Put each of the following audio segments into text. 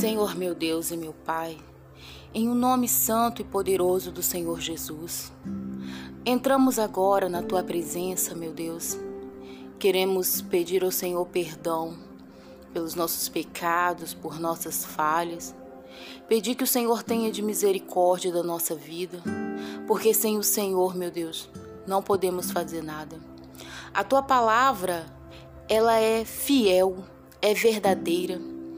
Senhor meu Deus e meu Pai, em o nome santo e poderoso do Senhor Jesus, entramos agora na Tua presença, meu Deus. Queremos pedir ao Senhor perdão pelos nossos pecados, por nossas falhas. Pedir que o Senhor tenha de misericórdia da nossa vida, porque sem o Senhor, meu Deus, não podemos fazer nada. A Tua palavra, ela é fiel, é verdadeira.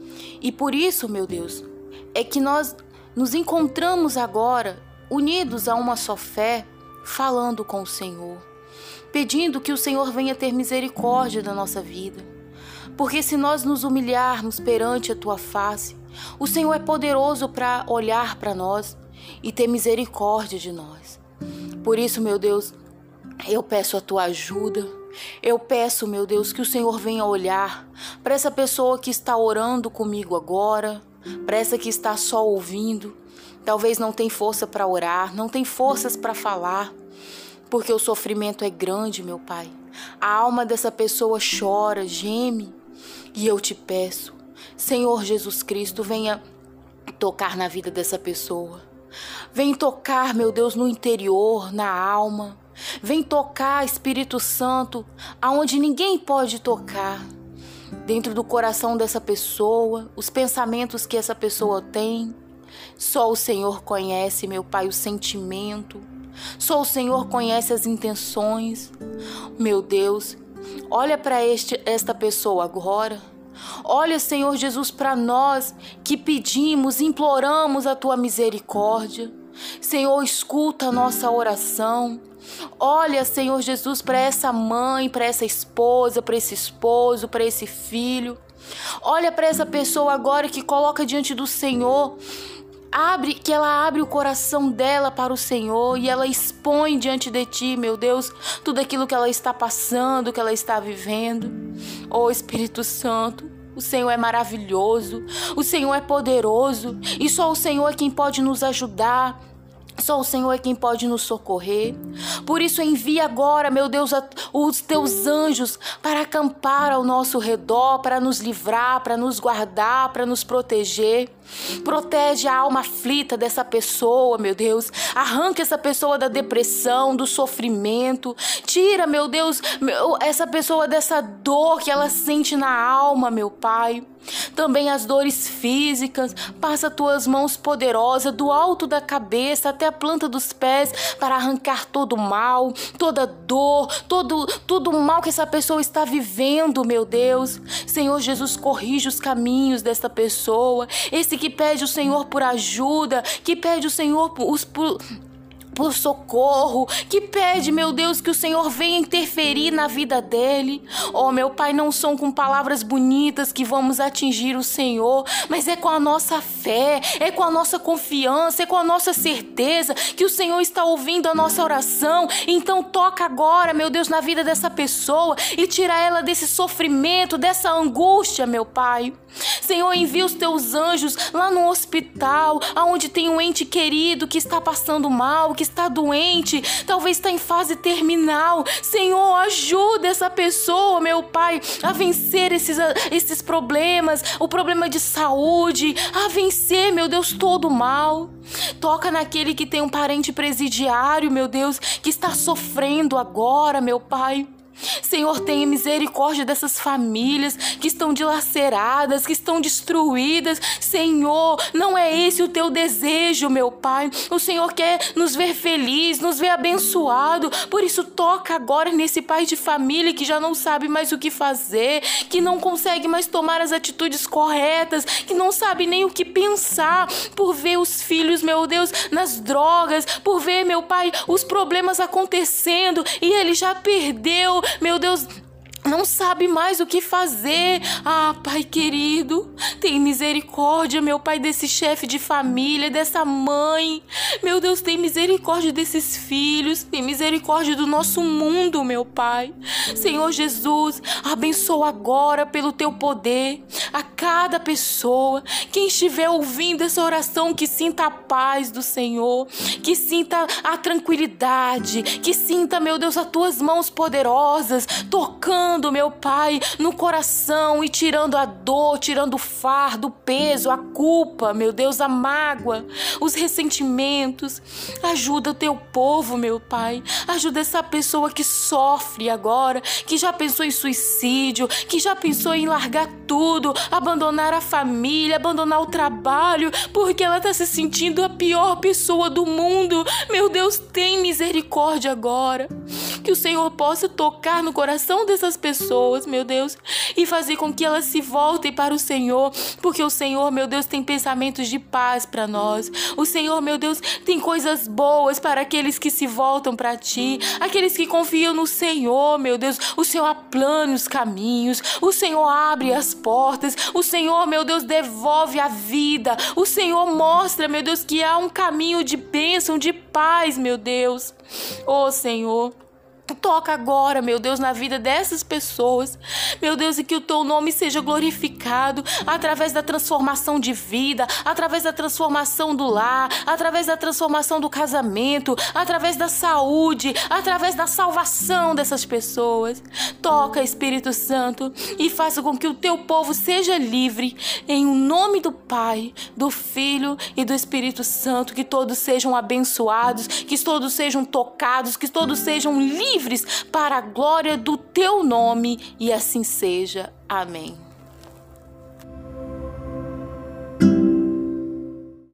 E por isso, meu Deus, é que nós nos encontramos agora, unidos a uma só fé, falando com o Senhor, pedindo que o Senhor venha ter misericórdia da nossa vida. Porque se nós nos humilharmos perante a Tua face, o Senhor é poderoso para olhar para nós e ter misericórdia de nós. Por isso, meu Deus, eu peço a Tua ajuda. Eu peço, meu Deus, que o Senhor venha olhar para essa pessoa que está orando comigo agora, para essa que está só ouvindo. Talvez não tem força para orar, não tem forças para falar, porque o sofrimento é grande, meu Pai. A alma dessa pessoa chora, geme. E eu te peço, Senhor Jesus Cristo, venha tocar na vida dessa pessoa. Vem tocar, meu Deus, no interior, na alma. Vem tocar, Espírito Santo, aonde ninguém pode tocar. Dentro do coração dessa pessoa, os pensamentos que essa pessoa tem. Só o Senhor conhece, meu Pai, o sentimento. Só o Senhor conhece as intenções. Meu Deus, olha para esta pessoa agora. Olha, Senhor Jesus, para nós que pedimos, imploramos a Tua misericórdia. Senhor, escuta a nossa oração. Olha, Senhor Jesus, para essa mãe, para essa esposa, para esse esposo, para esse filho. Olha para essa pessoa agora que coloca diante do Senhor. Que ela abre o coração dela para o Senhor e ela expõe diante de Ti, meu Deus, tudo aquilo que ela está passando, que ela está vivendo. Oh, Espírito Santo, o Senhor é maravilhoso, o Senhor é poderoso e só o Senhor é quem pode nos ajudar. Só o Senhor é quem pode nos socorrer. Por isso envia agora, meu Deus, os Teus anjos para acampar ao nosso redor, para nos livrar, para nos guardar, para nos proteger. Protege a alma aflita dessa pessoa, meu Deus. Arranca essa pessoa da depressão, do sofrimento. Tira, meu Deus, essa pessoa dessa dor que ela sente na alma, meu Pai. Também as dores físicas, passa Tuas mãos poderosas do alto da cabeça até a planta dos pés para arrancar todo o mal, toda dor, todo o mal que essa pessoa está vivendo, meu Deus. Senhor Jesus, corrige os caminhos dessa pessoa, esse que pede o Senhor por ajuda, que pede o Senhor por socorro, que pede, meu Deus, que o Senhor venha interferir na vida dele. Oh, meu Pai, não são com palavras bonitas que vamos atingir o Senhor, mas é com a nossa fé, é com a nossa confiança, é com a nossa certeza que o Senhor está ouvindo a nossa oração. Então toca agora, meu Deus, na vida dessa pessoa e tira ela desse sofrimento, dessa angústia, meu Pai. Senhor, envia os Teus anjos lá no hospital, aonde tem um ente querido que está passando mal, que está doente, talvez está em fase terminal. Senhor, ajuda essa pessoa, meu Pai, a vencer esses problemas, o problema de saúde, a vencer, meu Deus, todo o mal. Toca naquele que tem um parente presidiário, meu Deus, que está sofrendo agora, meu Pai. Senhor, tenha misericórdia dessas famílias que estão dilaceradas, que estão destruídas. Senhor, não é esse o Teu desejo, meu Pai. O Senhor quer nos ver felizes, nos ver abençoado. Por isso toca agora nesse pai de família que já não sabe mais o que fazer, que não consegue mais tomar as atitudes corretas, que não sabe nem o que pensar por ver os filhos, meu Deus, nas drogas, por ver, meu Pai, os problemas acontecendo e ele já perdeu, meu Deus, não sabe mais o que fazer. Ah, Pai querido, tem misericórdia, meu Pai, desse chefe de família, dessa mãe. Meu Deus, tem misericórdia desses filhos, tem misericórdia do nosso mundo, meu Pai. Senhor Jesus, abençoa agora pelo Teu poder a cada pessoa. Quem estiver ouvindo essa oração, que sinta a paz do Senhor, que sinta a tranquilidade, que sinta, meu Deus, as Tuas mãos poderosas tocando tocando, meu Pai, no coração e tirando a dor, tirando o fardo, o peso, a culpa, meu Deus, a mágoa, os ressentimentos. Ajuda o teu povo, meu Pai. Ajuda essa pessoa que sofre agora, que já pensou em suicídio, que já pensou em largar tudo, abandonar a família, abandonar o trabalho, porque ela está se sentindo a pior pessoa do mundo. Meu Deus, tem misericórdia agora. Que o Senhor possa tocar no coração dessas pessoas, meu Deus, e fazer com que elas se voltem para o Senhor, porque o Senhor, meu Deus, tem pensamentos de paz para nós. O Senhor, meu Deus, tem coisas boas para aqueles que se voltam para Ti, aqueles que confiam no Senhor, meu Deus. O Senhor aplana os caminhos, o Senhor abre as portas, o Senhor, meu Deus, devolve a vida, o Senhor mostra, meu Deus, que há um caminho de bênção, de paz, meu Deus. Oh, Senhor, toca agora, meu Deus, na vida dessas pessoas, meu Deus, e que o teu nome seja glorificado através da transformação de vida, através da transformação do lar, através da transformação do casamento, através da saúde, através da salvação dessas pessoas. Toca, Espírito Santo, e faça com que o teu povo seja livre, em nome do Pai, do Filho e do Espírito Santo. Que todos sejam abençoados, que todos sejam tocados, que todos sejam livres para a glória do teu nome, e assim seja. Amém.